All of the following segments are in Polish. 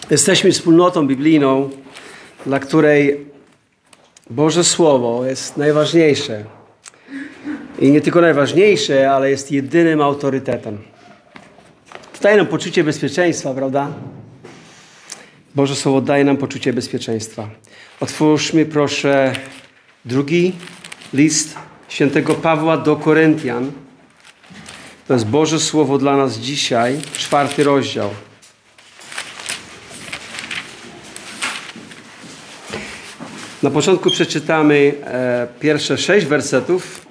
Jesteśmy wspólnotą biblijną, dla której Boże Słowo jest najważniejsze. I nie tylko najważniejsze, ale jest jedynym autorytetem. To daje nam poczucie bezpieczeństwa, prawda? Boże Słowo daje nam poczucie bezpieczeństwa. Otwórzmy proszę drugi list świętego Pawła do Koryntian. To jest Boże Słowo dla nas dzisiaj, 4 rozdział. Na początku przeczytamy pierwsze 6 wersetów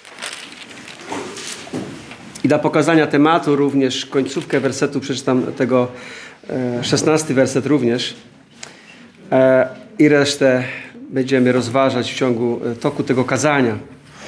i dla pokazania tematu również końcówkę wersetu przeczytam tego 16 werset również i resztę będziemy rozważać w ciągu toku tego kazania.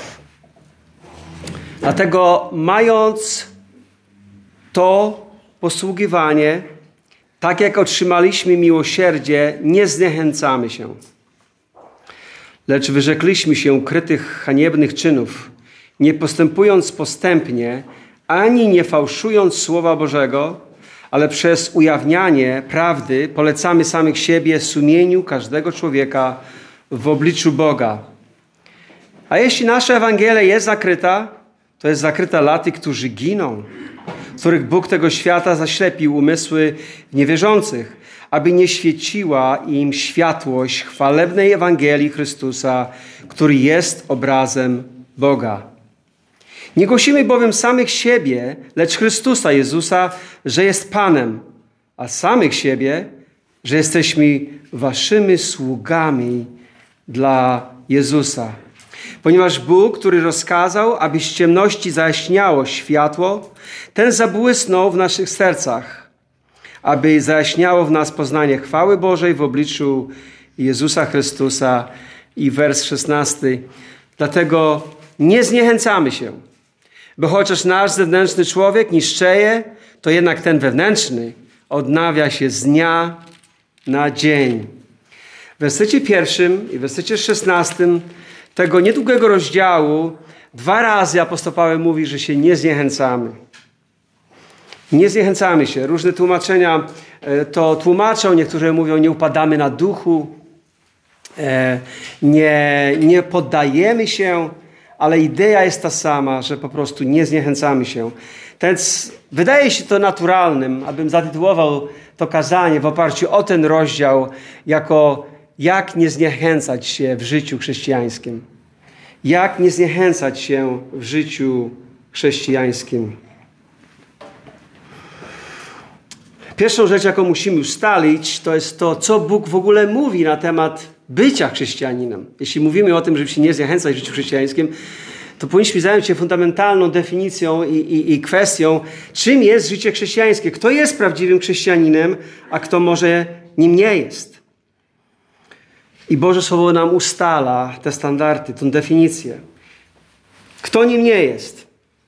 Dlatego mając to posługiwanie, tak jak otrzymaliśmy miłosierdzie, nie zniechęcamy się. Lecz wyrzekliśmy się ukrytych haniebnych czynów, nie postępując postępnie, ani nie fałszując Słowa Bożego, ale przez ujawnianie prawdy polecamy samych siebie sumieniu każdego człowieka w obliczu Boga. A jeśli nasza Ewangelia jest zakryta, to jest zakryta dla tych, którzy giną, których Bóg tego świata zaślepił umysły niewierzących, aby nie świeciła im światłość chwalebnej Ewangelii Chrystusa, który jest obrazem Boga. Nie głosimy bowiem samych siebie, lecz Chrystusa Jezusa, że jest Panem, a samych siebie, że jesteśmy waszymi sługami dla Jezusa. Ponieważ Bóg, który rozkazał, aby z ciemności zajaśniało światło, ten zabłysnął w naszych sercach, aby zajaśniało w nas poznanie chwały Bożej w obliczu Jezusa Chrystusa. I wers 16. Dlatego nie zniechęcamy się, bo chociaż nasz zewnętrzny człowiek niszczeje, to jednak ten wewnętrzny odnawia się z dnia na dzień. W wersecie 1 i w wersecie 16 tego niedługiego rozdziału 2 razy apostoł Paweł mówi, że się nie zniechęcamy. Nie zniechęcamy się. Różne tłumaczenia to tłumaczą. Niektórzy mówią, nie upadamy na duchu, nie poddajemy się, ale idea jest ta sama, że po prostu nie zniechęcamy się. Więc wydaje się to naturalnym, abym zatytułował to kazanie w oparciu o ten rozdział jako jak nie zniechęcać się w życiu chrześcijańskim. Jak nie zniechęcać się w życiu chrześcijańskim. Pierwszą rzecz, jaką musimy ustalić, to jest to, co Bóg w ogóle mówi na temat bycia chrześcijaninem. Jeśli mówimy o tym, żeby się nie zniechęcać w życiu chrześcijańskim, to powinniśmy zająć się fundamentalną definicją i kwestią, czym jest życie chrześcijańskie. Kto jest prawdziwym chrześcijaninem, a kto może nim nie jest. I Boże Słowo nam ustala te standardy, tę definicję. Kto nim nie jest?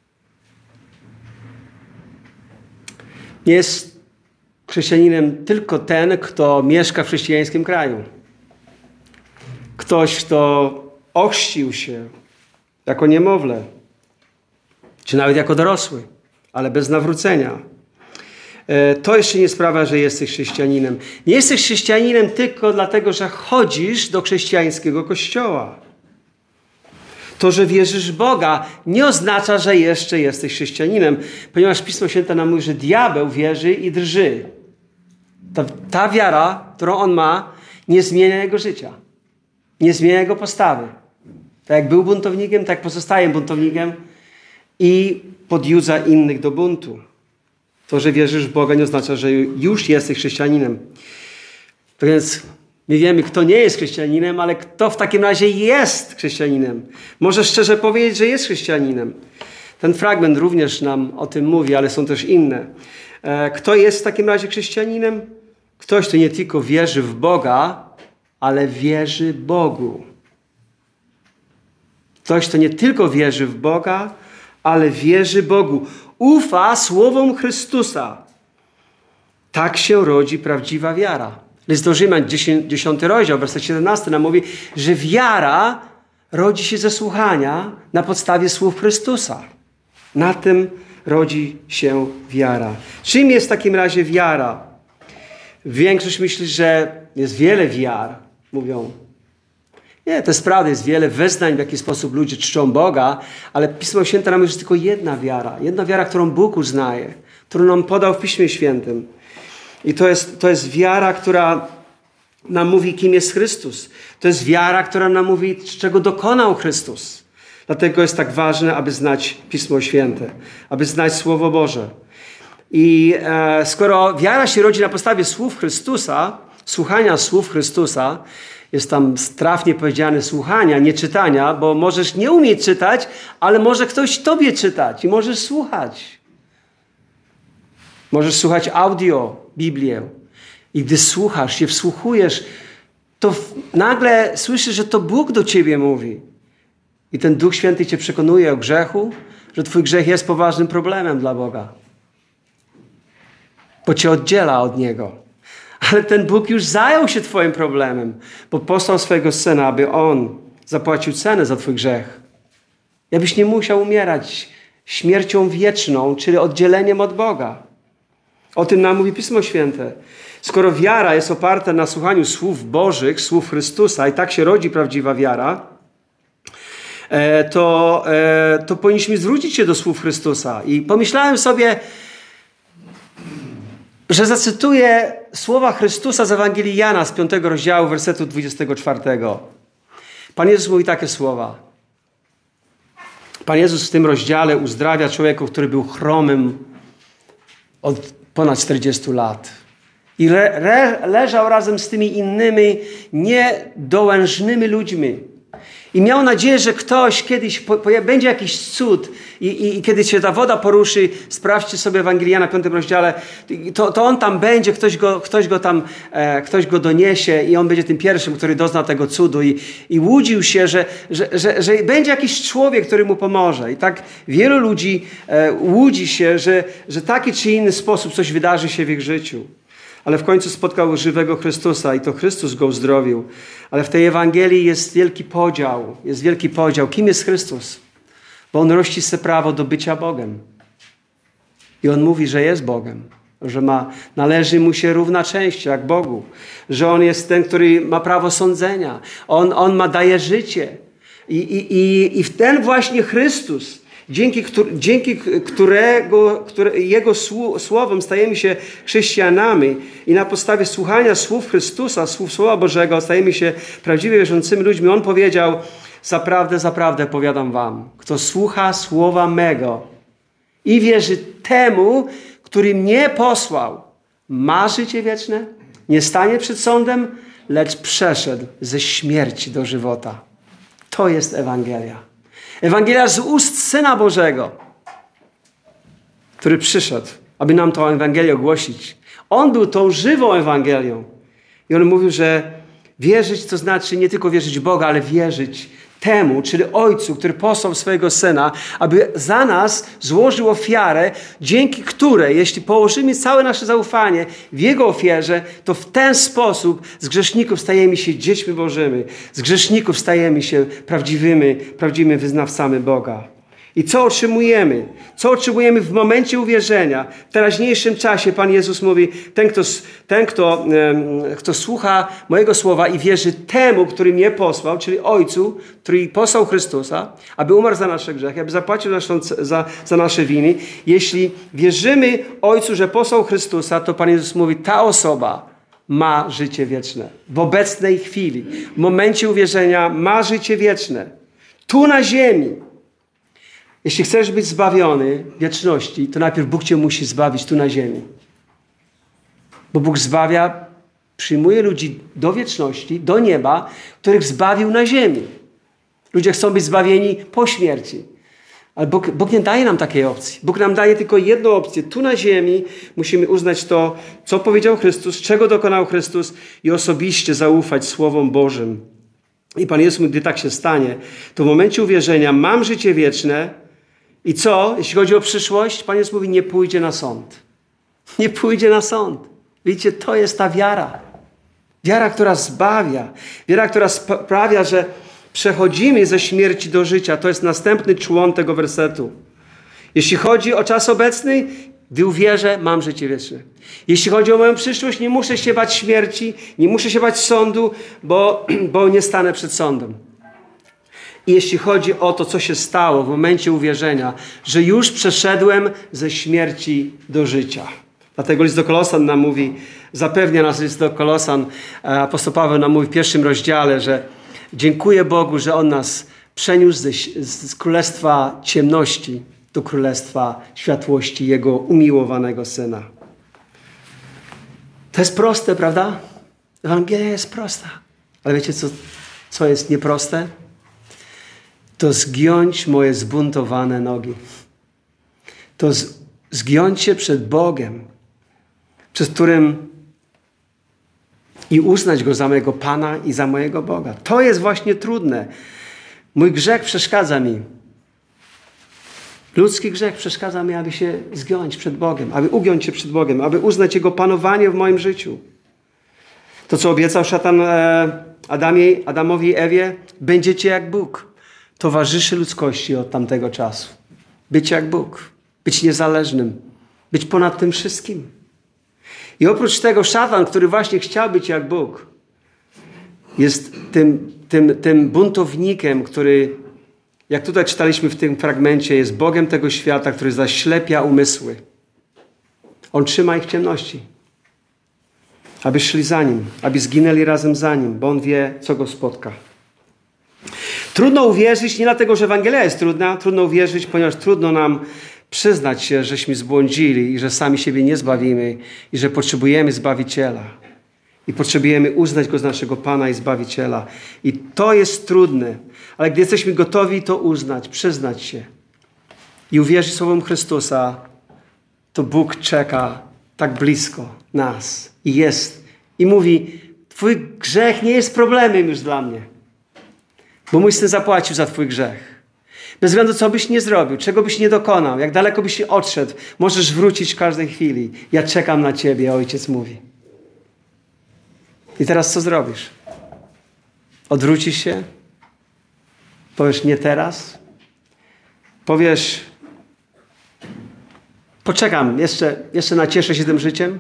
Nie jest chrześcijaninem tylko ten, kto mieszka w chrześcijańskim kraju. Ktoś, kto ochrzcił się jako niemowlę, czy nawet jako dorosły, ale bez nawrócenia. To jeszcze nie sprawia, że jesteś chrześcijaninem. Nie jesteś chrześcijaninem tylko dlatego, że chodzisz do chrześcijańskiego kościoła. To, że wierzysz w Boga, nie oznacza, że jeszcze jesteś chrześcijaninem, ponieważ Pismo Święte nam mówi, że diabeł wierzy i drży. Ta wiara, którą on ma, nie zmienia jego życia. Nie zmienia jego postawy. Tak jak był buntownikiem, tak pozostaje buntownikiem i podjudza innych do buntu. To, że wierzysz w Boga, nie oznacza, że już jesteś chrześcijaninem. Tak więc my wiemy, kto nie jest chrześcijaninem, ale kto w takim razie jest chrześcijaninem. Może szczerze powiedzieć, że jest chrześcijaninem. Ten fragment również nam o tym mówi, ale są też inne. Kto jest w takim razie chrześcijaninem? Ktoś, kto nie tylko wierzy w Boga, ale wierzy Bogu. Ktoś, kto nie tylko wierzy w Boga, ale wierzy Bogu. Ufa słowom Chrystusa. Tak się rodzi prawdziwa wiara. List do Rzymian, 10 rozdział, werset 17 nam mówi, że wiara rodzi się ze słuchania na podstawie słów Chrystusa. Na tym rodzi się wiara. Czym jest w takim razie wiara? Większość myśli, że jest wiele wiar. Mówią, nie, to jest prawda, jest wiele wyznań, w jaki sposób ludzie czczą Boga, ale Pismo Święte nam mówi, że jest tylko jedna wiara, którą Bóg uznaje, którą nam podał w Piśmie Świętym. I to jest wiara, która nam mówi, kim jest Chrystus. To jest wiara, która nam mówi, czego dokonał Chrystus. Dlatego jest tak ważne, aby znać Pismo Święte, aby znać Słowo Boże. I skoro wiara się rodzi na podstawie słów Chrystusa, słuchania słów Chrystusa, jest tam trafnie powiedziane słuchania, nie czytania, bo możesz nie umieć czytać, ale może ktoś tobie czytać i możesz słuchać. Możesz słuchać audio, Biblię. I gdy słuchasz, się wsłuchujesz, to nagle słyszysz, że to Bóg do ciebie mówi. I ten Duch Święty cię przekonuje o grzechu, że twój grzech jest poważnym problemem dla Boga. Bo cię oddziela od Niego. Ale ten Bóg już zajął się twoim problemem, bo posłał swojego Syna, aby On zapłacił cenę za twój grzech. Abyś nie musiał umierać śmiercią wieczną, czyli oddzieleniem od Boga. O tym nam mówi Pismo Święte. Skoro wiara jest oparta na słuchaniu słów Bożych, słów Chrystusa i tak się rodzi prawdziwa wiara, to powinniśmy zwrócić się do słów Chrystusa. I pomyślałem sobie, że zacytuję słowa Chrystusa z Ewangelii Jana z 5 rozdziału, wersetu 24. Pan Jezus mówi takie słowa. Pan Jezus w tym rozdziale uzdrawia człowieka, który był chromym od ponad 40 lat. I leżał razem z tymi innymi niedołężnymi ludźmi. I miał nadzieję, że ktoś kiedyś będzie jakiś cud i kiedy się ta woda poruszy, sprawdźcie sobie Ewangelię na 5 rozdziale, to on tam będzie, ktoś go doniesie i on będzie tym pierwszym, który dozna tego cudu i łudził się, że będzie jakiś człowiek, który mu pomoże. I tak wielu ludzi łudzi się, że taki czy inny sposób coś wydarzy się w ich życiu. Ale w końcu spotkał żywego Chrystusa i to Chrystus go uzdrowił. Ale w tej Ewangelii jest wielki podział. Kim jest Chrystus? Bo On rości sobie prawo do bycia Bogiem. I On mówi, że jest Bogiem. Że należy Mu się równa część jak Bogu. Że On jest ten, który ma prawo sądzenia. On daje życie. I w ten właśnie Chrystus, dzięki Jego słowom stajemy się chrześcijanami i na podstawie słuchania słów Chrystusa, słów Słowa Bożego stajemy się prawdziwie wierzącymi ludźmi. On powiedział, zaprawdę powiadam wam, kto słucha słowa mego i wierzy temu, który mnie posłał, ma życie wieczne, nie stanie przed sądem, lecz przeszedł ze śmierci do żywota. To jest Ewangelia. Ewangelia z ust Syna Bożego, który przyszedł, aby nam tę Ewangelię ogłosić. On był tą żywą Ewangelią. I on mówił, że wierzyć to znaczy nie tylko wierzyć w Boga, ale wierzyć temu, czyli Ojcu, który posłał swojego Syna, aby za nas złożył ofiarę, dzięki której, jeśli położymy całe nasze zaufanie w Jego ofierze, to w ten sposób z grzeszników stajemy się dziećmi Bożymi. Z grzeszników stajemy się prawdziwymi wyznawcami Boga. I co otrzymujemy? Co otrzymujemy w momencie uwierzenia? W teraźniejszym czasie Pan Jezus mówi, kto słucha mojego słowa i wierzy temu, który mnie posłał, czyli Ojcu, który posłał Chrystusa, aby umarł za nasze grzechy, aby zapłacił za nasze winy. Jeśli wierzymy Ojcu, że posłał Chrystusa, to Pan Jezus mówi, ta osoba ma życie wieczne. W obecnej chwili, w momencie uwierzenia ma życie wieczne. Tu na ziemi. Jeśli chcesz być zbawiony w wieczności, to najpierw Bóg cię musi zbawić tu na ziemi. Bo Bóg zbawia, przyjmuje ludzi do wieczności, do nieba, których zbawił na ziemi. Ludzie chcą być zbawieni po śmierci. Ale Bóg nie daje nam takiej opcji. Bóg nam daje tylko jedną opcję. Tu na ziemi musimy uznać to, co powiedział Chrystus, czego dokonał Chrystus i osobiście zaufać Słowom Bożym. I Pan Jezus mówi, gdy tak się stanie, to w momencie uwierzenia mam życie wieczne. I co? Jeśli chodzi o przyszłość, Pan Jezus mówi, nie pójdzie na sąd. Nie pójdzie na sąd. Widzicie, to jest ta wiara. Wiara, która zbawia. Wiara, która sprawia, że przechodzimy ze śmierci do życia. To jest następny człon tego wersetu. Jeśli chodzi o czas obecny, Gdy uwierzę, mam życie wieczne. Jeśli chodzi o moją przyszłość, nie muszę się bać śmierci, nie muszę się bać sądu, bo nie stanę przed sądem. I jeśli chodzi o to, co się stało w momencie uwierzenia, że już przeszedłem ze śmierci do życia. Dlatego list do Kolosan nam mówi, zapewnia nas list do Kolosan, apostoł Paweł nam mówi w 1 rozdziale, że dziękuję Bogu, że On nas przeniósł z królestwa ciemności do królestwa światłości Jego umiłowanego Syna. To jest proste, prawda? Ewangelia jest prosta. Ale wiecie, co jest nieproste? To zgiąć moje zbuntowane nogi. To zgiąć się przed Bogiem, przez którym i uznać Go za mojego Pana i za mojego Boga. To jest właśnie trudne. Mój grzech przeszkadza mi. Ludzki grzech przeszkadza mi, aby się zgiąć przed Bogiem, aby ugiąć się przed Bogiem, aby uznać Jego panowanie w moim życiu. To, co obiecał szatan Adamowi i Ewie, będziecie jak Bóg. Towarzyszy ludzkości od tamtego czasu. Być jak Bóg. Być niezależnym. Być ponad tym wszystkim. I oprócz tego szatan, który właśnie chciał być jak Bóg, jest tym buntownikiem, który, jak tutaj czytaliśmy w tym fragmencie, jest Bogiem tego świata, który zaślepia umysły. On trzyma ich w ciemności. Aby szli za Nim, aby zginęli razem za Nim, bo On wie, co go spotka. Trudno uwierzyć, nie dlatego, że Ewangelia jest trudna, trudno uwierzyć, ponieważ trudno nam przyznać się, żeśmy zbłądzili i że sami siebie nie zbawimy i że potrzebujemy Zbawiciela. I potrzebujemy uznać Go za naszego Pana i Zbawiciela. I to jest trudne, ale gdy jesteśmy gotowi to uznać, przyznać się i uwierzyć słowom Chrystusa, to Bóg czeka tak blisko nas i jest. I mówi, Twój grzech nie jest problemem już dla mnie. Bo mój Syn zapłacił za Twój grzech. Bez względu, co byś nie zrobił, czego byś nie dokonał, jak daleko byś się odszedł, możesz wrócić w każdej chwili. Ja czekam na Ciebie, Ojciec mówi. I teraz co zrobisz? Odwrócisz się? Powiesz nie teraz? Powiesz poczekam, jeszcze nacieszę się tym życiem?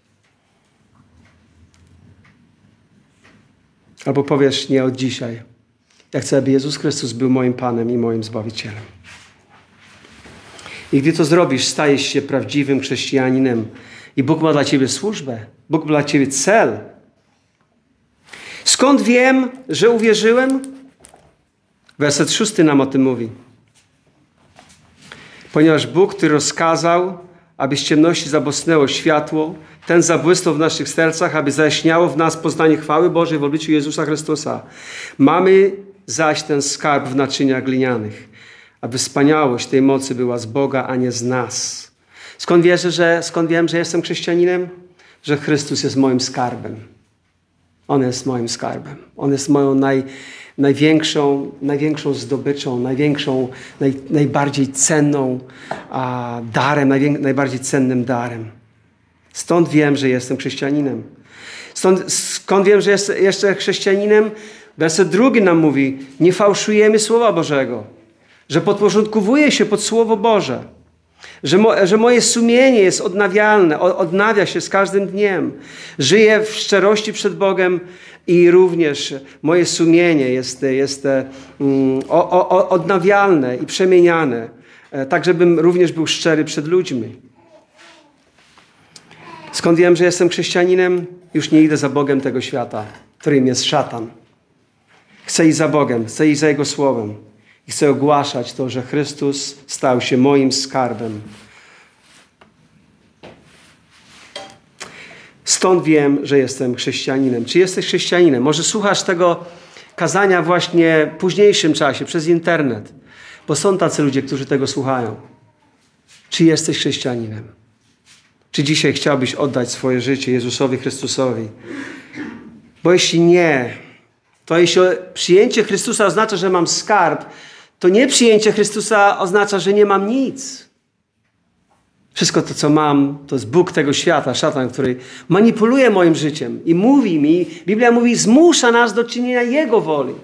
Albo powiesz nie od dzisiaj. Ja chcę, aby Jezus Chrystus był moim Panem i moim Zbawicielem. I gdy to zrobisz, stajesz się prawdziwym chrześcijaninem. I Bóg ma dla ciebie służbę. Bóg ma dla ciebie cel. Skąd wiem, że uwierzyłem? Werset 6 nam o tym mówi. Ponieważ Bóg, który rozkazał, aby z ciemności zabłysnęło światło, ten zabłysnął w naszych sercach, aby zajaśniało w nas poznanie chwały Bożej w obliczu Jezusa Chrystusa. Mamy zaś ten skarb w naczyniach glinianych, aby wspaniałość tej mocy była z Boga, a nie z nas. Skąd wiem, że jestem chrześcijaninem? Że Chrystus jest moim skarbem. On jest moim skarbem. On jest moją największą zdobyczą, najbardziej cenną darem, najbardziej cennym darem. Stąd wiem, że jestem chrześcijaninem. Skąd wiem, że jestem chrześcijaninem? Werset 2 nam mówi, nie fałszujemy Słowa Bożego, że podporządkowuję się pod Słowo Boże, że moje sumienie jest odnawialne, odnawia się z każdym dniem. Żyję w szczerości przed Bogiem i również moje sumienie jest odnawialne i przemieniane, tak żebym również był szczery przed ludźmi. Skąd wiem, że jestem chrześcijaninem? Już nie idę za Bogiem tego świata, którym jest szatan. Chcę iść za Bogiem, chcę iść za Jego Słowem. I chcę ogłaszać to, że Chrystus stał się moim skarbem. Stąd wiem, że jestem chrześcijaninem. Czy jesteś chrześcijaninem? Może słuchasz tego kazania właśnie w późniejszym czasie, przez internet. Bo są tacy ludzie, którzy tego słuchają. Czy jesteś chrześcijaninem? Czy dzisiaj chciałbyś oddać swoje życie Jezusowi Chrystusowi? Bo jeśli nie, to jeśli przyjęcie Chrystusa oznacza, że mam skarb, to nie przyjęcie Chrystusa oznacza, że nie mam nic. Wszystko to, co mam, to jest Bóg tego świata, szatan, który manipuluje moim życiem i mówi mi, Biblia mówi, zmusza nas do czynienia Jego woli.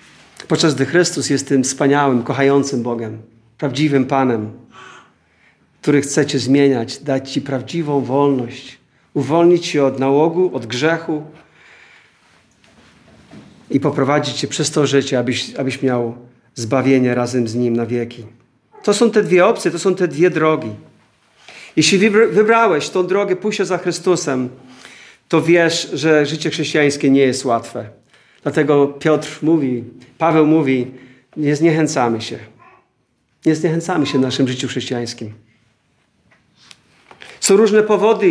Podczas gdy Chrystus jest tym wspaniałym, kochającym Bogiem, prawdziwym Panem. który chce cię zmieniać, dać ci prawdziwą wolność, uwolnić cię od nałogu, od grzechu i poprowadzić cię przez to życie, abyś miał zbawienie razem z Nim na wieki. To są te dwie opcje, to są te dwie drogi. Jeśli wybrałeś tą drogę pójścia za Chrystusem, to wiesz, że życie chrześcijańskie nie jest łatwe. Dlatego Paweł mówi, nie zniechęcamy się. Nie zniechęcamy się w naszym życiu chrześcijańskim. Są różne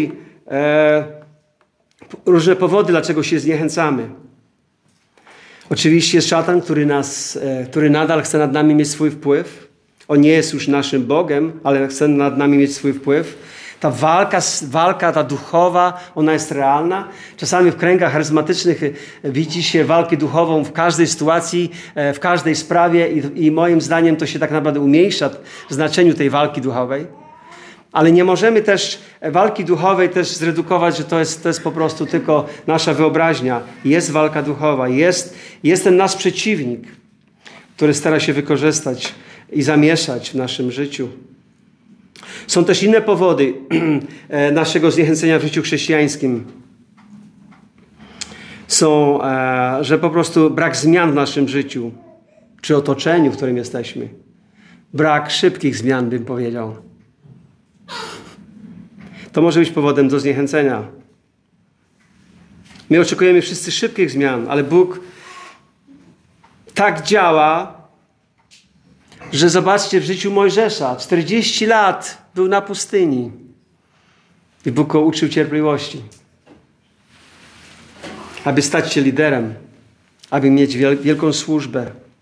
powody, dlaczego się zniechęcamy. Oczywiście jest szatan, który nadal chce nad nami mieć swój wpływ. On nie jest już naszym Bogiem, ale chce nad nami mieć swój wpływ. Ta walka, ta duchowa, ona jest realna. Czasami w kręgach charyzmatycznych widzi się walkę duchową w każdej sytuacji, w każdej sprawie i moim zdaniem to się tak naprawdę umniejsza w znaczeniu tej walki duchowej. Ale nie możemy też walki duchowej też zredukować, że to jest po prostu tylko nasza wyobraźnia. Jest walka duchowa, jest ten nasz przeciwnik, który stara się wykorzystać i zamieszać w naszym życiu. Są też inne powody naszego zniechęcenia w życiu chrześcijańskim. Są, że po prostu brak zmian w naszym życiu, czy otoczeniu, w którym jesteśmy. Brak szybkich zmian, bym powiedział. To może być powodem do zniechęcenia. My oczekujemy wszyscy szybkich zmian, ale Bóg tak działa, że zobaczcie w życiu Mojżesza. 40 lat był na pustyni. I Bóg go uczył cierpliwości. Aby stać się liderem. Aby mieć wielką służbę.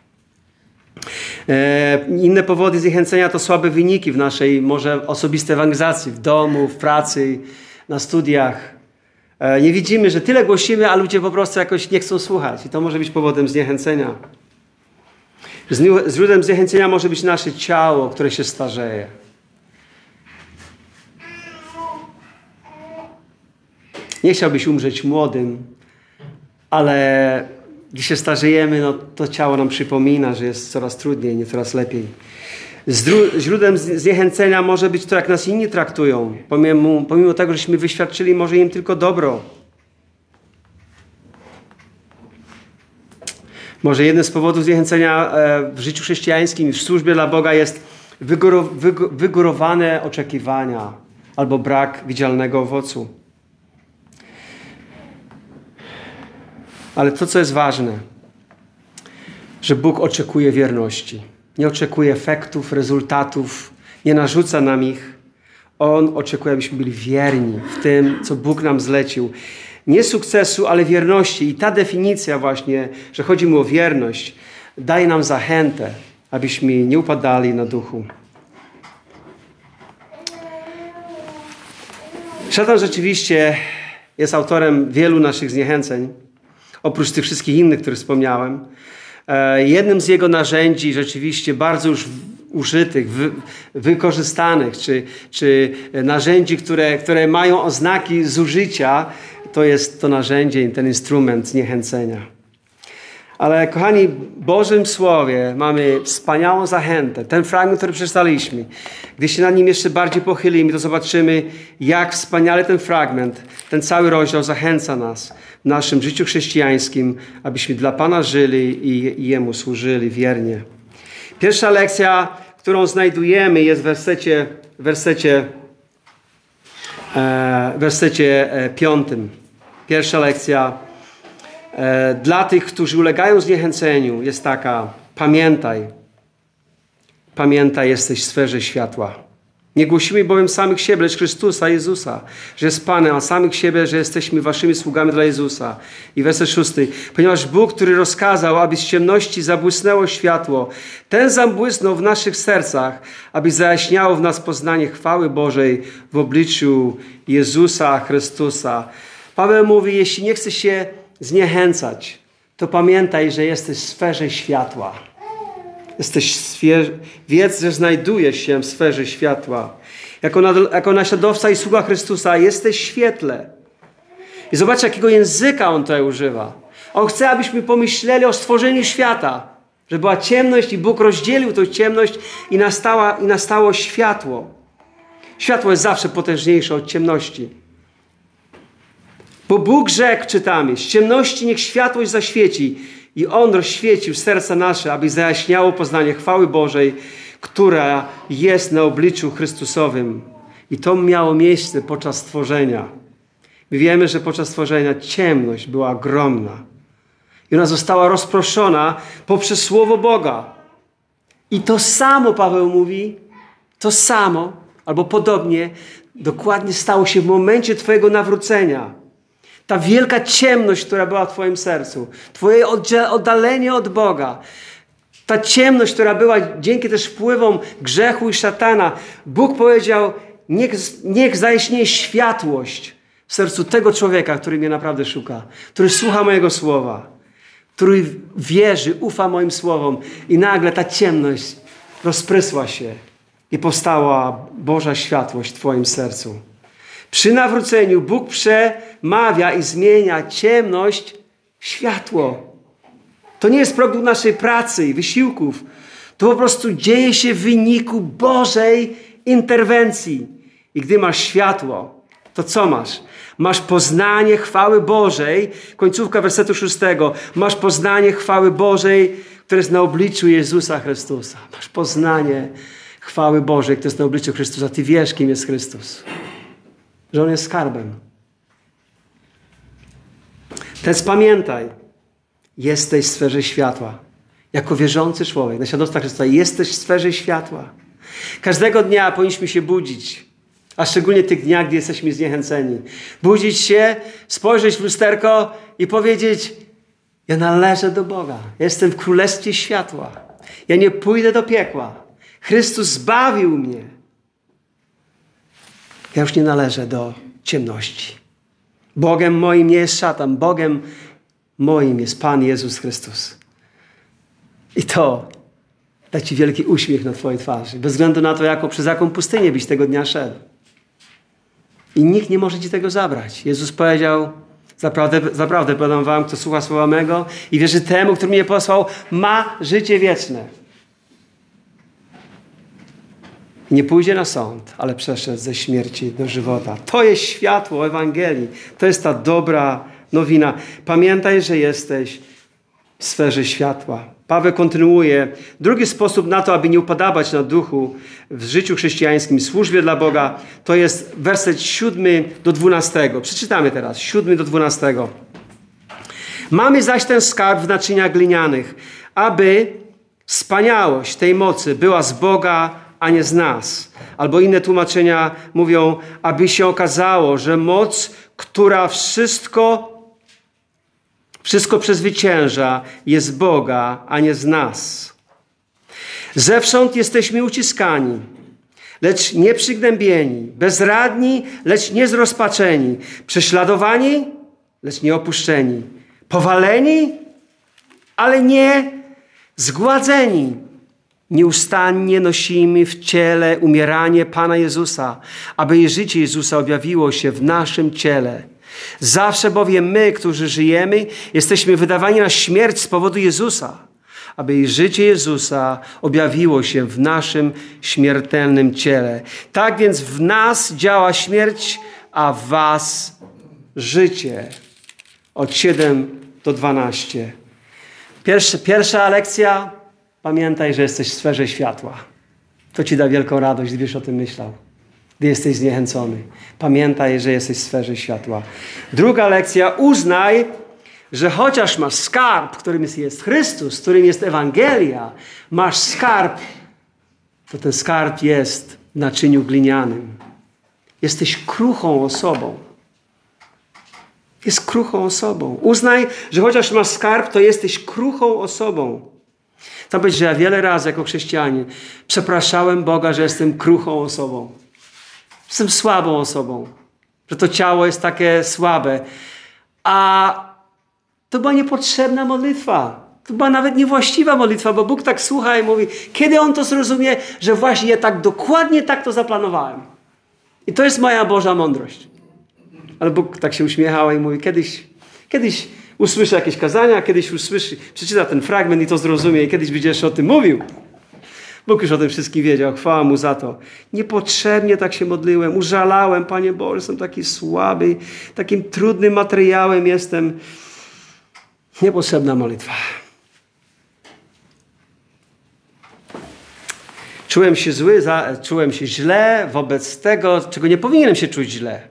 Inne powody zniechęcenia to słabe wyniki w naszej może osobistej ewangelizacji. W domu, w pracy, na studiach. Nie widzimy, że tyle głosimy, a ludzie po prostu jakoś nie chcą słuchać. I to może być powodem zniechęcenia. Źródłem zniechęcenia może być nasze ciało, które się starzeje. Nie chciałbyś umrzeć młodym, ale gdy się starzejemy, no to ciało nam przypomina, że jest coraz trudniej, nie coraz lepiej. Źródłem zniechęcenia może być to, jak nas inni traktują. Pomimo tego, żeśmy wyświadczyli może im tylko dobro. Może jednym z powodów zniechęcenia w życiu chrześcijańskim i w służbie dla Boga jest wygórowane oczekiwania albo brak widzialnego owocu. Ale to, co jest ważne, że Bóg oczekuje wierności. Nie oczekuje efektów, rezultatów, nie narzuca nam ich. On oczekuje, abyśmy byli wierni w tym, co Bóg nam zlecił. Nie sukcesu, ale wierności. I ta definicja właśnie, że chodzi mu o wierność, daje nam zachętę, abyśmy nie upadali na duchu. Szatan rzeczywiście jest autorem wielu naszych zniechęceń, oprócz tych wszystkich innych, które wspomniałem. Jednym z jego narzędzi rzeczywiście bardzo już użytych, wykorzystanych, czy narzędzi, które mają oznaki zużycia, to jest to narzędzie, ten instrument zniechęcenia. Ale kochani, w Bożym Słowie mamy wspaniałą zachętę. Ten fragment, który przeczytaliśmy. Gdy się nad nim jeszcze bardziej pochylimy, to zobaczymy, jak wspaniale ten fragment, ten cały rozdział zachęca nas w naszym życiu chrześcijańskim, abyśmy dla Pana żyli i Jemu służyli wiernie. Pierwsza lekcja, którą znajdujemy, jest w wersecie 5. Pierwsza lekcja dla tych, którzy ulegają zniechęceniu, jest taka: pamiętaj, jesteś w sferze światła. Nie głosimy bowiem samych siebie, lecz Chrystusa, Jezusa, że jest Panem, a samych siebie, że jesteśmy waszymi sługami dla Jezusa. I werset 6. Ponieważ Bóg, który rozkazał, aby z ciemności zabłysnęło światło, ten zabłysnął w naszych sercach, aby zajaśniało w nas poznanie chwały Bożej w obliczu Jezusa Chrystusa. Paweł mówi, jeśli nie chcesz się zniechęcać, to pamiętaj, że jesteś w sferze światła. Wiedz, że znajdujesz się w sferze światła. Jako naśladowca i sługa Chrystusa jesteś w świetle. I zobacz, jakiego języka on tutaj używa. On chce, abyśmy pomyśleli o stworzeniu świata. Że była ciemność i Bóg rozdzielił tę ciemność i nastało światło. Światło jest zawsze potężniejsze od ciemności. Bo Bóg rzekł, czytamy, z ciemności niech światłość zaświeci i On rozświecił serca nasze, aby zajaśniało poznanie chwały Bożej, która jest na obliczu Chrystusowym. I to miało miejsce podczas stworzenia. My wiemy, że podczas stworzenia ciemność była ogromna. I ona została rozproszona poprzez Słowo Boga. I to samo, Paweł mówi, to samo, albo podobnie, dokładnie stało się w momencie Twojego nawrócenia. Ta wielka ciemność, która była w Twoim sercu, Twoje oddalenie od Boga, ta ciemność, która była dzięki też wpływom grzechu i szatana, Bóg powiedział, niech zajaśnieje światłość w sercu tego człowieka, który mnie naprawdę szuka, który słucha mojego słowa, który wierzy, ufa moim słowom. I nagle ta ciemność rozprysła się i powstała Boża światłość w Twoim sercu. Przy nawróceniu Bóg przemawia i zmienia ciemność w światło. To nie jest produkt naszej pracy i wysiłków. To po prostu dzieje się w wyniku Bożej interwencji. I gdy masz światło, to co masz? Masz poznanie chwały Bożej. Końcówka wersetu 6. Masz poznanie chwały Bożej, które jest na obliczu Jezusa Chrystusa. Masz poznanie chwały Bożej, które jest na obliczu Chrystusa. Ty wiesz, kim jest Chrystus. Że On jest skarbem. Teraz pamiętaj, jesteś w sferze światła. Jako wierzący człowiek, naśladowca Chrystusa, jesteś w sferze światła. Każdego dnia powinniśmy się budzić, a szczególnie tych dniach, gdy jesteśmy zniechęceni. Budzić się, spojrzeć w lusterko i powiedzieć, ja należę do Boga. Jestem w królestwie światła. Ja nie pójdę do piekła. Chrystus zbawił mnie. Ja już nie należę do ciemności. Bogiem moim nie jest szatan. Bogiem moim jest Pan Jezus Chrystus. I to da Ci wielki uśmiech na Twojej twarzy. Bez względu na to, przez jaką pustynię byś tego dnia szedł. I nikt nie może Ci tego zabrać. Jezus powiedział, zaprawdę powiadam wam, kto słucha słowa mego i wierzy temu, który mnie posłał, ma życie wieczne. I nie pójdzie na sąd, ale przeszedł ze śmierci do żywota. To jest światło Ewangelii. To jest ta dobra nowina. Pamiętaj, że jesteś w sferze światła. Paweł kontynuuje. Drugi sposób na to, aby nie upadawać na duchu w życiu chrześcijańskim, służbie dla Boga, to jest werset 7 do 12. Przeczytamy teraz, 7 do 12. Mamy zaś ten skarb w naczyniach glinianych, aby wspaniałość tej mocy była z Boga, a nie z nas. Albo inne tłumaczenia mówią, aby się okazało, że moc, która wszystko przezwycięża, jest z Boga, a nie z nas. Zewsząd jesteśmy uciskani, lecz nie przygnębieni, bezradni, lecz nie zrozpaczeni, prześladowani, lecz nie opuszczeni, powaleni, ale nie zgładzeni. Nieustannie nosimy w ciele umieranie Pana Jezusa, aby jej życie Jezusa objawiło się w naszym ciele. Zawsze bowiem my, którzy żyjemy, jesteśmy wydawani na śmierć z powodu Jezusa, aby jej życie Jezusa objawiło się w naszym śmiertelnym ciele. Tak więc w nas działa śmierć, a w was życie. Od 7 do 12. Pierwsza lekcja. Pamiętaj, że jesteś w sferze światła. To ci da wielką radość, gdybyś o tym myślał. Gdy jesteś zniechęcony. Pamiętaj, że jesteś w sferze światła. Druga lekcja. Uznaj, że chociaż masz skarb, którym jest Chrystus, którym jest Ewangelia, masz skarb, to ten skarb jest w naczyniu glinianym. Jesteś kruchą osobą. Jest kruchą osobą. Uznaj, że chociaż masz skarb, to jesteś kruchą osobą. Chcę powiedzieć, że ja wiele razy jako chrześcijanin przepraszałem Boga, że jestem kruchą osobą. Jestem słabą osobą. Że to ciało jest takie słabe. A to była niepotrzebna modlitwa. To była nawet niewłaściwa modlitwa, bo Bóg tak słucha i mówi, kiedy On to zrozumie, że właśnie ja tak dokładnie tak to zaplanowałem. I to jest moja Boża mądrość. Ale Bóg tak się uśmiechał i mówi, kiedyś usłyszy jakieś kazania, kiedyś przeczyta ten fragment i to zrozumie i kiedyś będziesz o tym mówił. Bóg już o tym wszystkim wiedział, chwała Mu za to. Niepotrzebnie tak się modliłem, użalałem, Panie Boże, jestem taki słaby, takim trudnym materiałem jestem. Niepotrzebna modlitwa. Czułem się źle wobec tego, czego nie powinienem się czuć źle.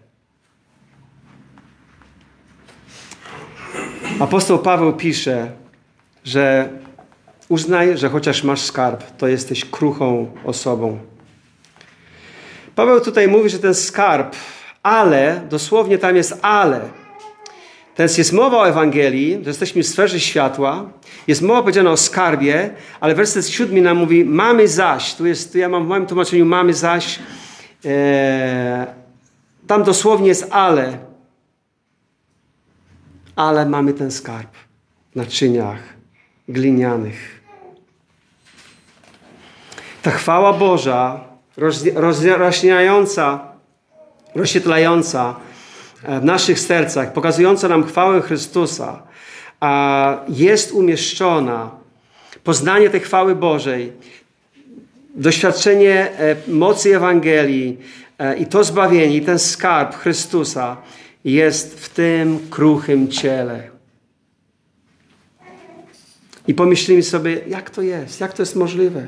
Apostoł Paweł pisze, że uznaj, że chociaż masz skarb, to jesteś kruchą osobą. Paweł tutaj mówi, że ten skarb, ale, dosłownie tam jest ale. Teraz jest mowa o Ewangelii, że jesteśmy w sferze światła, jest mowa powiedziana o skarbie, ale werset 7 nam mówi, mamy zaś, ja mam w moim tłumaczeniu mamy zaś, tam dosłownie jest ale mamy ten skarb w naczyniach glinianych. Ta chwała Boża, rozświetlająca w naszych sercach, pokazująca nam chwałę Chrystusa, jest umieszczona. Poznanie tej chwały Bożej, doświadczenie mocy Ewangelii i to zbawienie, i ten skarb Chrystusa jest w tym kruchym ciele. I pomyślimy sobie, jak to jest możliwe.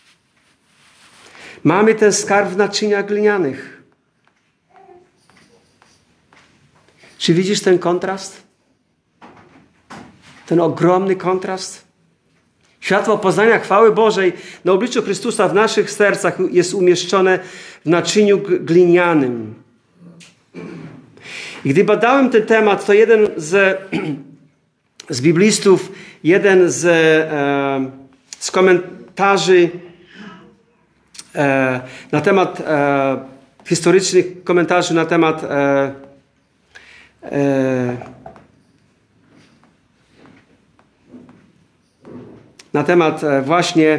Mamy ten skarb w naczyniach glinianych. Czy widzisz ten kontrast? Ten ogromny kontrast? Światło poznania chwały Bożej na obliczu Chrystusa w naszych sercach jest umieszczone w naczyniu glinianym. I gdy badałem ten temat, to jeden z biblistów, jeden z komentarzy na temat historycznych komentarzy na temat właśnie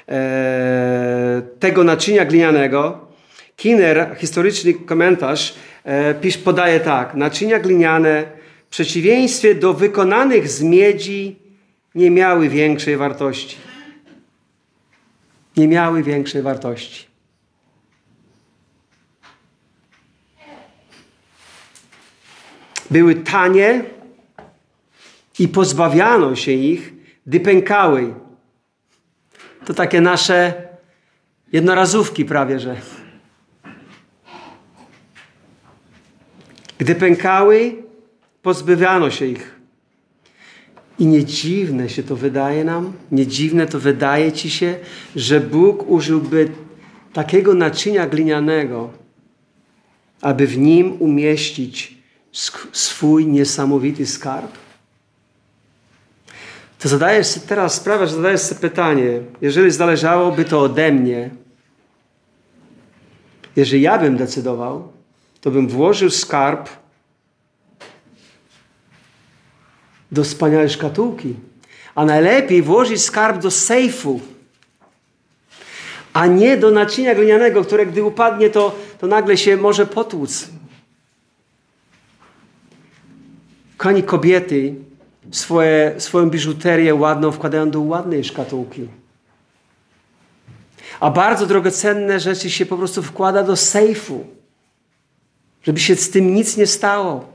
tego naczynia glinianego, Kinner, historyczny komentarz, podaje tak. Naczynia gliniane w przeciwieństwie do wykonanych z miedzi nie miały większej wartości. Nie miały większej wartości. Były tanie i pozbawiano się ich, gdy pękały. To takie nasze jednorazówki prawie, że. Gdy pękały, pozbawiano się ich. I nie dziwne się to wydaje nam, nie dziwne to wydaje ci się, że Bóg użyłby takiego naczynia glinianego, aby w nim umieścić swój niesamowity skarb. To zadajesz sobie teraz sprawę, że zadajesz sobie pytanie, jeżeli zależałoby to ode mnie, jeżeli ja bym decydował, to bym włożył skarb do wspaniałej szkatułki. A najlepiej włożyć skarb do sejfu, a nie do naczynia glinianego, które gdy upadnie, to nagle się może potłuc. Kochani, kobiety swoją biżuterię ładną wkładają do ładnej szkatułki. A bardzo drogocenne rzeczy się po prostu wkłada do sejfu, żeby się z tym nic nie stało.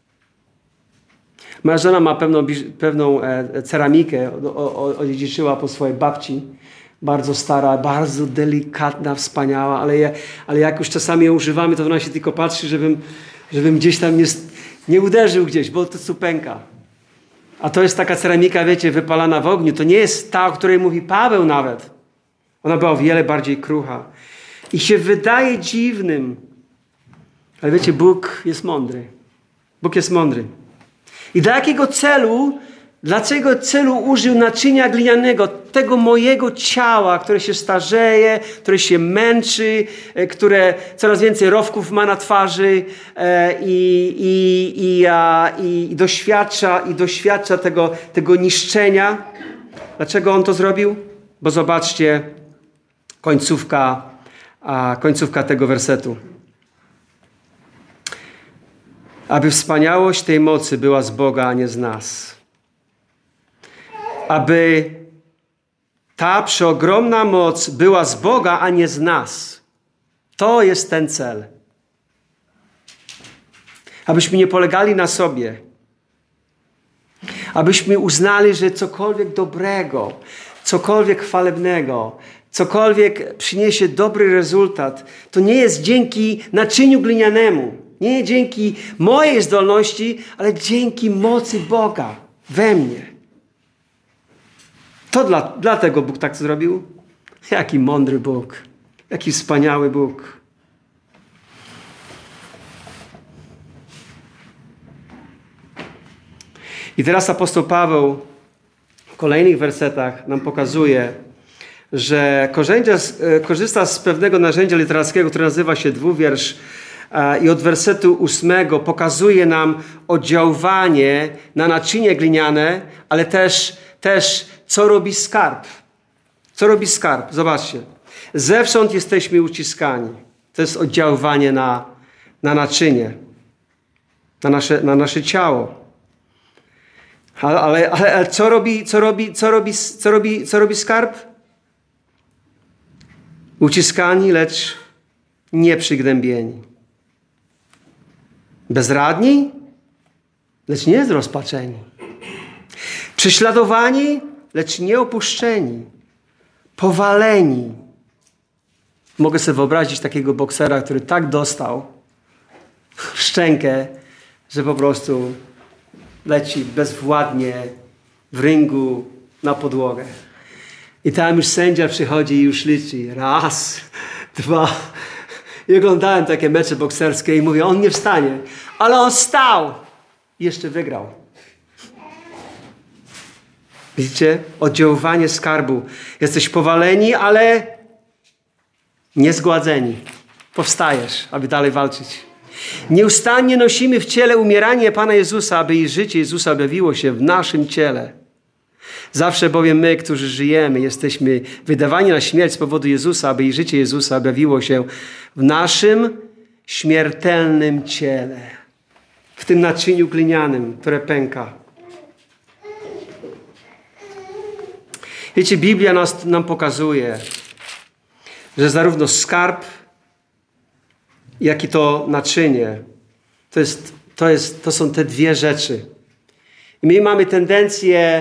Moja żona ma pewną ceramikę, odziedziczyła po swojej babci. Bardzo stara, bardzo delikatna, wspaniała, ale jak już czasami ją używamy, to ona się tylko patrzy, żebym gdzieś tam nie uderzył gdzieś, bo to pęka. A to jest taka ceramika, wiecie, wypalana w ogniu. To nie jest ta, o której mówi Paweł nawet. Ona była o wiele bardziej krucha. I się wydaje dziwnym. Ale wiecie, Bóg jest mądry. Bóg jest mądry. I dlaczego celu użył naczynia glinianego, tego mojego ciała, które się starzeje, które się męczy, które coraz więcej rowków ma na twarzy i doświadcza tego niszczenia. Dlaczego on to zrobił? Bo zobaczcie końcówka tego wersetu. Aby wspaniałość tej mocy była z Boga, a nie z nas. Aby Ta przeogromna moc była z Boga, a nie z nas. To jest ten cel. Abyśmy nie polegali na sobie. Abyśmy uznali, że cokolwiek dobrego, cokolwiek chwalebnego, cokolwiek przyniesie dobry rezultat, to nie jest dzięki naczyniu glinianemu. Nie dzięki mojej zdolności, ale dzięki mocy Boga we mnie. To dlatego Bóg tak zrobił. Jaki mądry Bóg. Jaki wspaniały Bóg. I teraz apostoł Paweł w kolejnych wersetach nam pokazuje, że korzysta z pewnego narzędzia literackiego, które nazywa się dwuwiersz, i od wersetu 8 pokazuje nam oddziaływanie na naczynie gliniane, ale też co robi skarb. Co robi skarb? Zobaczcie. Zewsząd jesteśmy uciskani. To jest oddziaływanie na naczynie, na nasze ciało. Ale co robi skarb? Uciskani, lecz nie przygnębieni. Bezradni, lecz nie zrozpaczeni. Prześladowani, lecz nie opuszczeni. Powaleni. Mogę sobie wyobrazić takiego boksera, który tak dostał w szczękę, że po prostu leci bezwładnie w ringu na podłogę. I tam już sędzia przychodzi i już liczy. 1, 2. I oglądałem takie mecze bokserskie i mówię, on nie wstanie. Ale on stał. I jeszcze wygrał. Widzicie? Oddziaływanie skarbu. Jesteś powaleni, ale niezgładzeni. Powstajesz, aby dalej walczyć. Nieustannie nosimy w ciele umieranie Pana Jezusa, aby i życie Jezusa objawiło się w naszym ciele. Zawsze bowiem my, którzy żyjemy, jesteśmy wydawani na śmierć z powodu Jezusa, aby i życie Jezusa objawiło się w naszym śmiertelnym ciele. W tym naczyniu glinianym, które pęka. Wiecie, Biblia nam pokazuje, że zarówno skarb, jak i to naczynie, to są te dwie rzeczy. I my mamy tendencję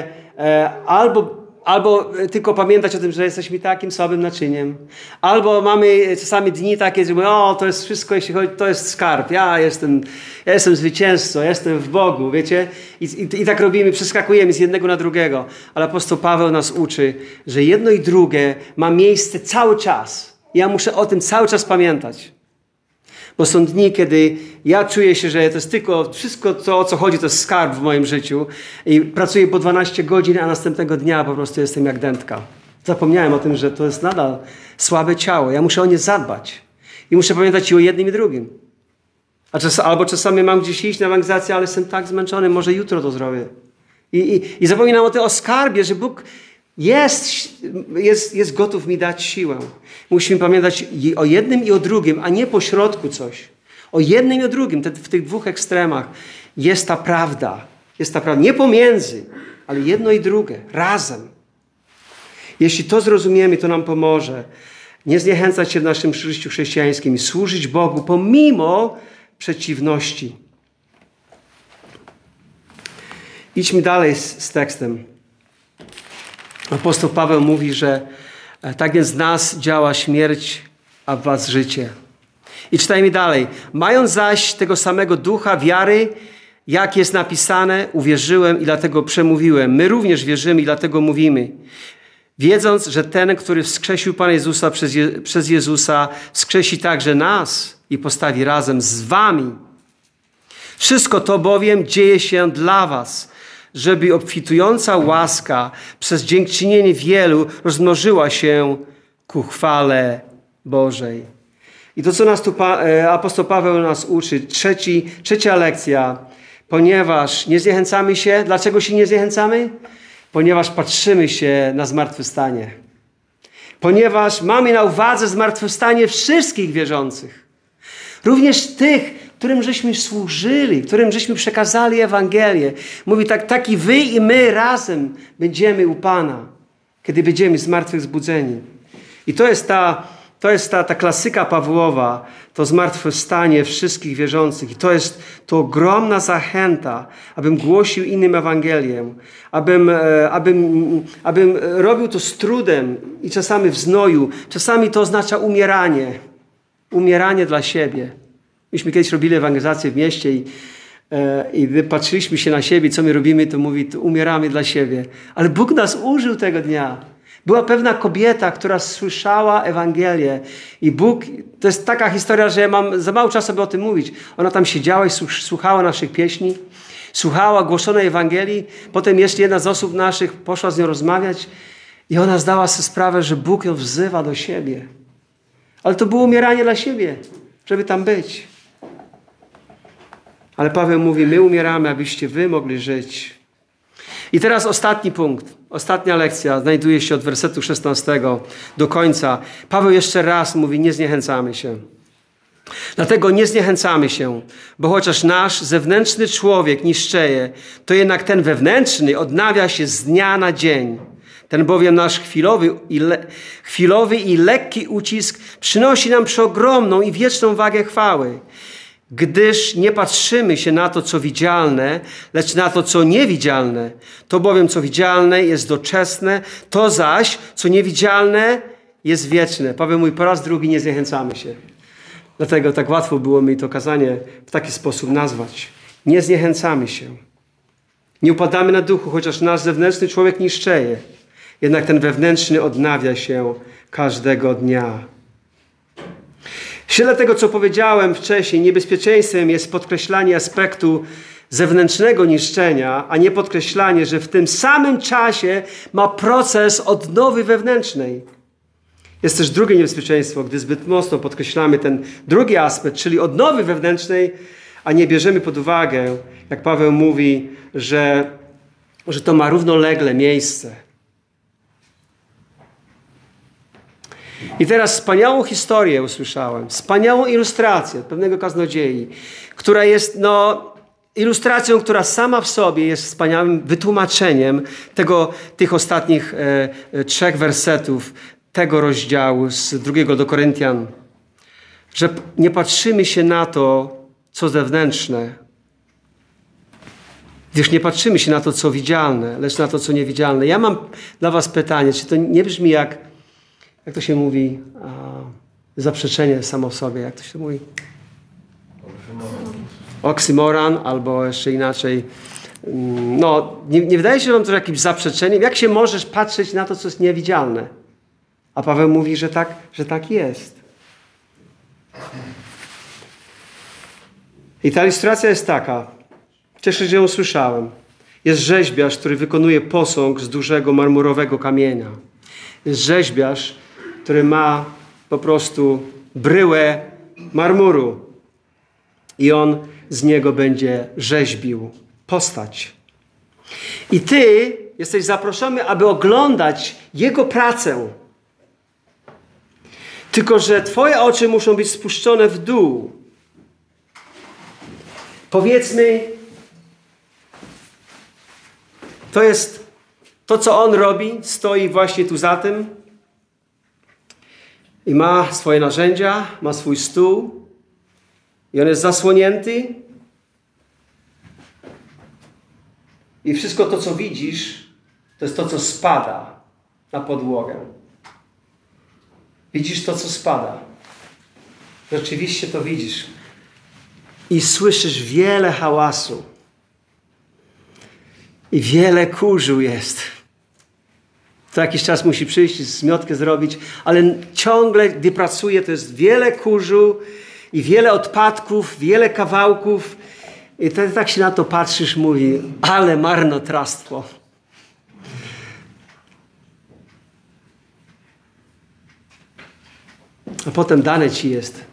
albo tylko pamiętać o tym, że jesteśmy takim słabym naczyniem, albo mamy czasami dni takie, że mówimy, to jest wszystko, jeśli chodzi, to jest skarb, ja jestem zwycięzcą, jestem w Bogu, wiecie? I tak robimy, przeskakujemy z jednego na drugiego. Ale apostoł Paweł nas uczy, że jedno i drugie ma miejsce cały czas. Ja muszę o tym cały czas pamiętać. Bo są dni, kiedy ja czuję się, że to jest tylko wszystko, o co chodzi, to jest skarb w moim życiu. I pracuję po 12 godzin, a następnego dnia po prostu jestem jak dętka. Zapomniałem o tym, że to jest nadal słabe ciało. Ja muszę o nie zadbać. I muszę pamiętać i o jednym i drugim. Albo czasami mam gdzieś iść na ewangelizację, ale jestem tak zmęczony, może jutro to zrobię. I zapominam o skarbie, że Bóg jest gotów mi dać siłę. Musimy pamiętać o jednym i o drugim, a nie pośrodku coś. O jednym i o drugim, w tych dwóch ekstremach jest ta prawda. Jest ta prawda. Nie pomiędzy, ale jedno i drugie. Razem. Jeśli to zrozumiemy, to nam pomoże. Nie zniechęcać się w naszym życiu chrześcijańskim i służyć Bogu pomimo przeciwności. Idźmy dalej z tekstem. Apostoł Paweł mówi, że tak więc w nas działa śmierć, a w was życie. I czytajmy dalej. Mając zaś tego samego ducha wiary, jak jest napisane, uwierzyłem i dlatego przemówiłem. My również wierzymy i dlatego mówimy. Wiedząc, że ten, który wskrzesił Pana Jezusa przez Jezusa, wskrzesi także nas i postawi razem z wami. Wszystko to bowiem dzieje się dla was, żeby obfitująca łaska przez dziękczynienie wielu rozmnożyła się ku chwale Bożej. I to, co nas tu apostoł Paweł nas uczy, trzecia lekcja, ponieważ nie zniechęcamy się. Dlaczego się nie zniechęcamy? Ponieważ patrzymy się na zmartwychwstanie. Ponieważ mamy na uwadze zmartwychwstanie wszystkich wierzących. Również tych, którym żeśmy służyli, którym żeśmy przekazali Ewangelię. Mówi tak i wy i my razem będziemy u Pana. Kiedy będziemy zmartwychwzbudzeni. I to jest ta klasyka Pawłowa, to zmartwychwstanie wszystkich wierzących. I to jest to ogromna zachęta, abym głosił innym Ewangelię, abym robił to z trudem i czasami w znoju. Czasami to oznacza umieranie. Umieranie dla siebie. Myśmy kiedyś robili ewangelizację w mieście i gdy patrzyliśmy się na siebie, co my robimy, to mówi, to umieramy dla siebie. Ale Bóg nas użył tego dnia. Była pewna kobieta, która słyszała Ewangelię i Bóg, to jest taka historia, że ja mam za mało czasu, aby o tym mówić. Ona tam siedziała i słuchała naszych pieśni, słuchała głoszonej Ewangelii. Potem jeszcze jedna z osób naszych poszła z nią rozmawiać i ona zdała sobie sprawę, że Bóg ją wzywa do siebie. Ale to było umieranie dla siebie, żeby tam być. Ale Paweł mówi, my umieramy, abyście wy mogli żyć. I teraz ostatni punkt, ostatnia lekcja znajduje się od wersetu 16 do końca. Paweł jeszcze raz mówi, nie zniechęcamy się. Dlatego nie zniechęcamy się, bo chociaż nasz zewnętrzny człowiek niszczeje, to jednak ten wewnętrzny odnawia się z dnia na dzień. Ten bowiem nasz chwilowy i lekki ucisk przynosi nam przeogromną i wieczną wagę chwały. Gdyż nie patrzymy się na to, co widzialne, lecz na to, co niewidzialne. To bowiem, co widzialne, jest doczesne, to zaś, co niewidzialne, jest wieczne. Paweł mówi, po raz drugi nie zniechęcamy się. Dlatego tak łatwo było mi to kazanie w taki sposób nazwać. Nie zniechęcamy się. Nie upadamy na duchu, chociaż nasz zewnętrzny człowiek niszczeje. Jednak ten wewnętrzny odnawia się każdego dnia. W świetle tego, co powiedziałem wcześniej, niebezpieczeństwem jest podkreślanie aspektu zewnętrznego niszczenia, a nie podkreślanie, że w tym samym czasie ma proces odnowy wewnętrznej. Jest też drugie niebezpieczeństwo, gdy zbyt mocno podkreślamy ten drugi aspekt, czyli odnowy wewnętrznej, a nie bierzemy pod uwagę, jak Paweł mówi, że to ma równolegle miejsce. I teraz wspaniałą historię usłyszałem, wspaniałą ilustrację pewnego kaznodziei, która jest ilustracją, która sama w sobie jest wspaniałym wytłumaczeniem tych ostatnich 3 wersetów tego rozdziału z 2 do Koryntian. Że nie patrzymy się na to, co zewnętrzne, gdyż nie patrzymy się na to, co widzialne, lecz na to, co niewidzialne. Ja mam dla was pytanie, czy to nie brzmi jak to się mówi, zaprzeczenie samo w sobie, jak to się mówi? Oksymoran, albo jeszcze inaczej. Nie wydaje się wam to jakimś zaprzeczeniem. Jak się możesz patrzeć na to, co jest niewidzialne? A Paweł mówi, że tak jest. I ta ilustracja jest taka. Cieszę się, że ją słyszałem. Jest rzeźbiarz, który wykonuje posąg z dużego marmurowego kamienia. Jest rzeźbiarz, który ma po prostu bryłę marmuru. I on z niego będzie rzeźbił postać. I ty jesteś zaproszony, aby oglądać jego pracę. Tylko że twoje oczy muszą być spuszczone w dół. Powiedzmy, to jest to, co on robi, stoi właśnie tu za tym i ma swoje narzędzia, ma swój stół i on jest zasłonięty i wszystko to, co widzisz, to jest to, co spada na podłogę. Widzisz to, co spada. Rzeczywiście to widzisz. I słyszysz wiele hałasu. I wiele kurzu jest. To jakiś czas musi przyjść, zmiotkę zrobić, ale ciągle, gdy pracuje, to jest wiele kurzu i wiele odpadków, wiele kawałków. I tak się na to patrzysz, mówi, ale marnotrawstwo. A potem dane ci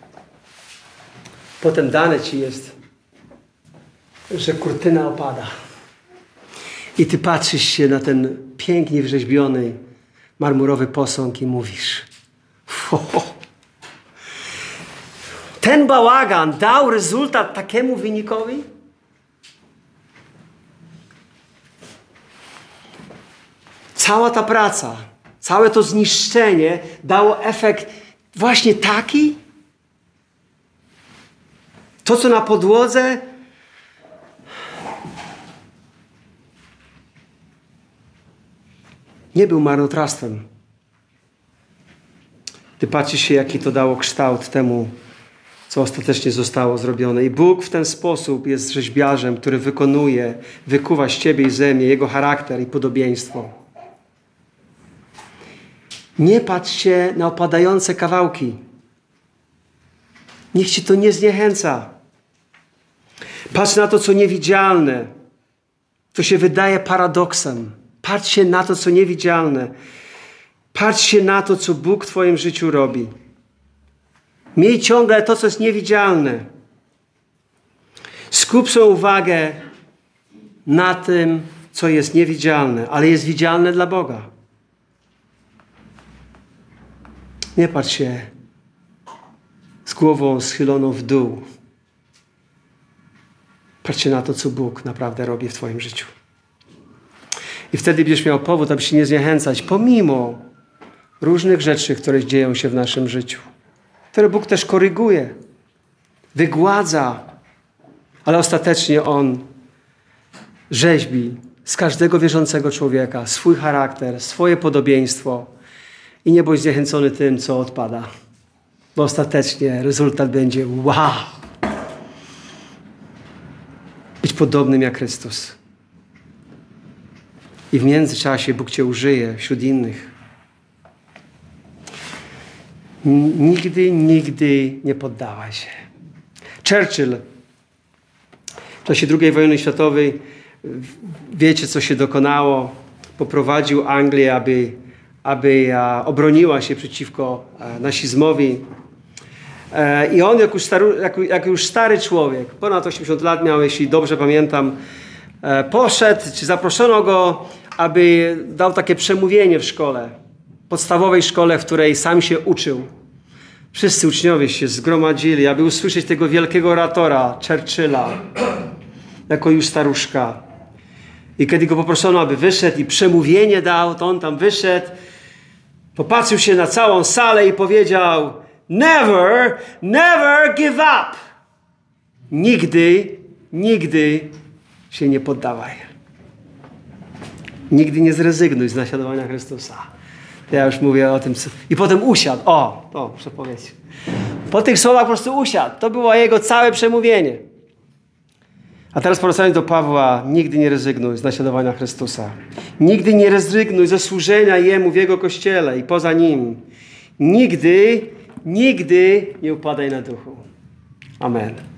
jest, że kurtyna opada. I ty patrzysz się na ten pięknie wrzeźbiony marmurowy posąg i mówisz, ten bałagan dał rezultat takiemu wynikowi? Cała ta praca, całe to zniszczenie dało efekt właśnie taki? To, co na podłodze, nie był marnotrawstwem. Ty patrzysz się, jaki to dało kształt temu, co ostatecznie zostało zrobione. I Bóg w ten sposób jest rzeźbiarzem, który wykuwa z ciebie i ze mnie jego charakter i podobieństwo. Nie patrz się na opadające kawałki. Niech cię to nie zniechęca. Patrz na to, co niewidzialne, co się wydaje paradoksem. Patrz się na to, co niewidzialne. Patrz się na to, co Bóg w twoim życiu robi. Miej ciągle to, co jest niewidzialne. Skup swoją uwagę na tym, co jest niewidzialne, ale jest widzialne dla Boga. Nie patrz się z głową schyloną w dół. Patrz się na to, co Bóg naprawdę robi w twoim życiu. I wtedy będziesz miał powód, aby się nie zniechęcać, pomimo różnych rzeczy, które dzieją się w naszym życiu. Które Bóg też koryguje, wygładza, ale ostatecznie On rzeźbi z każdego wierzącego człowieka swój charakter, swoje podobieństwo i nie bądź zniechęcony tym, co odpada. Bo ostatecznie rezultat będzie wow! Być podobnym jak Chrystus. I w międzyczasie Bóg cię użyje wśród innych. Nigdy nie poddawaj się. Churchill w czasie II wojny światowej, wiecie, co się dokonało, poprowadził Anglię, aby obroniła się przeciwko nazizmowi. I on, jak już stary człowiek, ponad 80 lat miał, jeśli dobrze pamiętam, poszedł, czy zaproszono go, aby dał takie przemówienie w szkole, podstawowej szkole, w której sam się uczył. Wszyscy uczniowie się zgromadzili, aby usłyszeć tego wielkiego oratora, Churchilla, jako już staruszka. I kiedy go poproszono, aby wyszedł i przemówienie dał, to on tam wyszedł, popatrzył się na całą salę i powiedział: Never, never give up. Nigdy się nie poddawaj. Nigdy nie zrezygnuj z naśladowania Chrystusa. Ja już mówię o tym. I potem usiadł. To muszę powiedzieć. Po tych słowach po prostu usiadł. To było jego całe przemówienie. A teraz powracając do Pawła, nigdy nie rezygnuj z naśladowania Chrystusa. Nigdy nie rezygnuj ze służenia Jemu w Jego Kościele i poza Nim. Nigdy nie upadaj na duchu. Amen.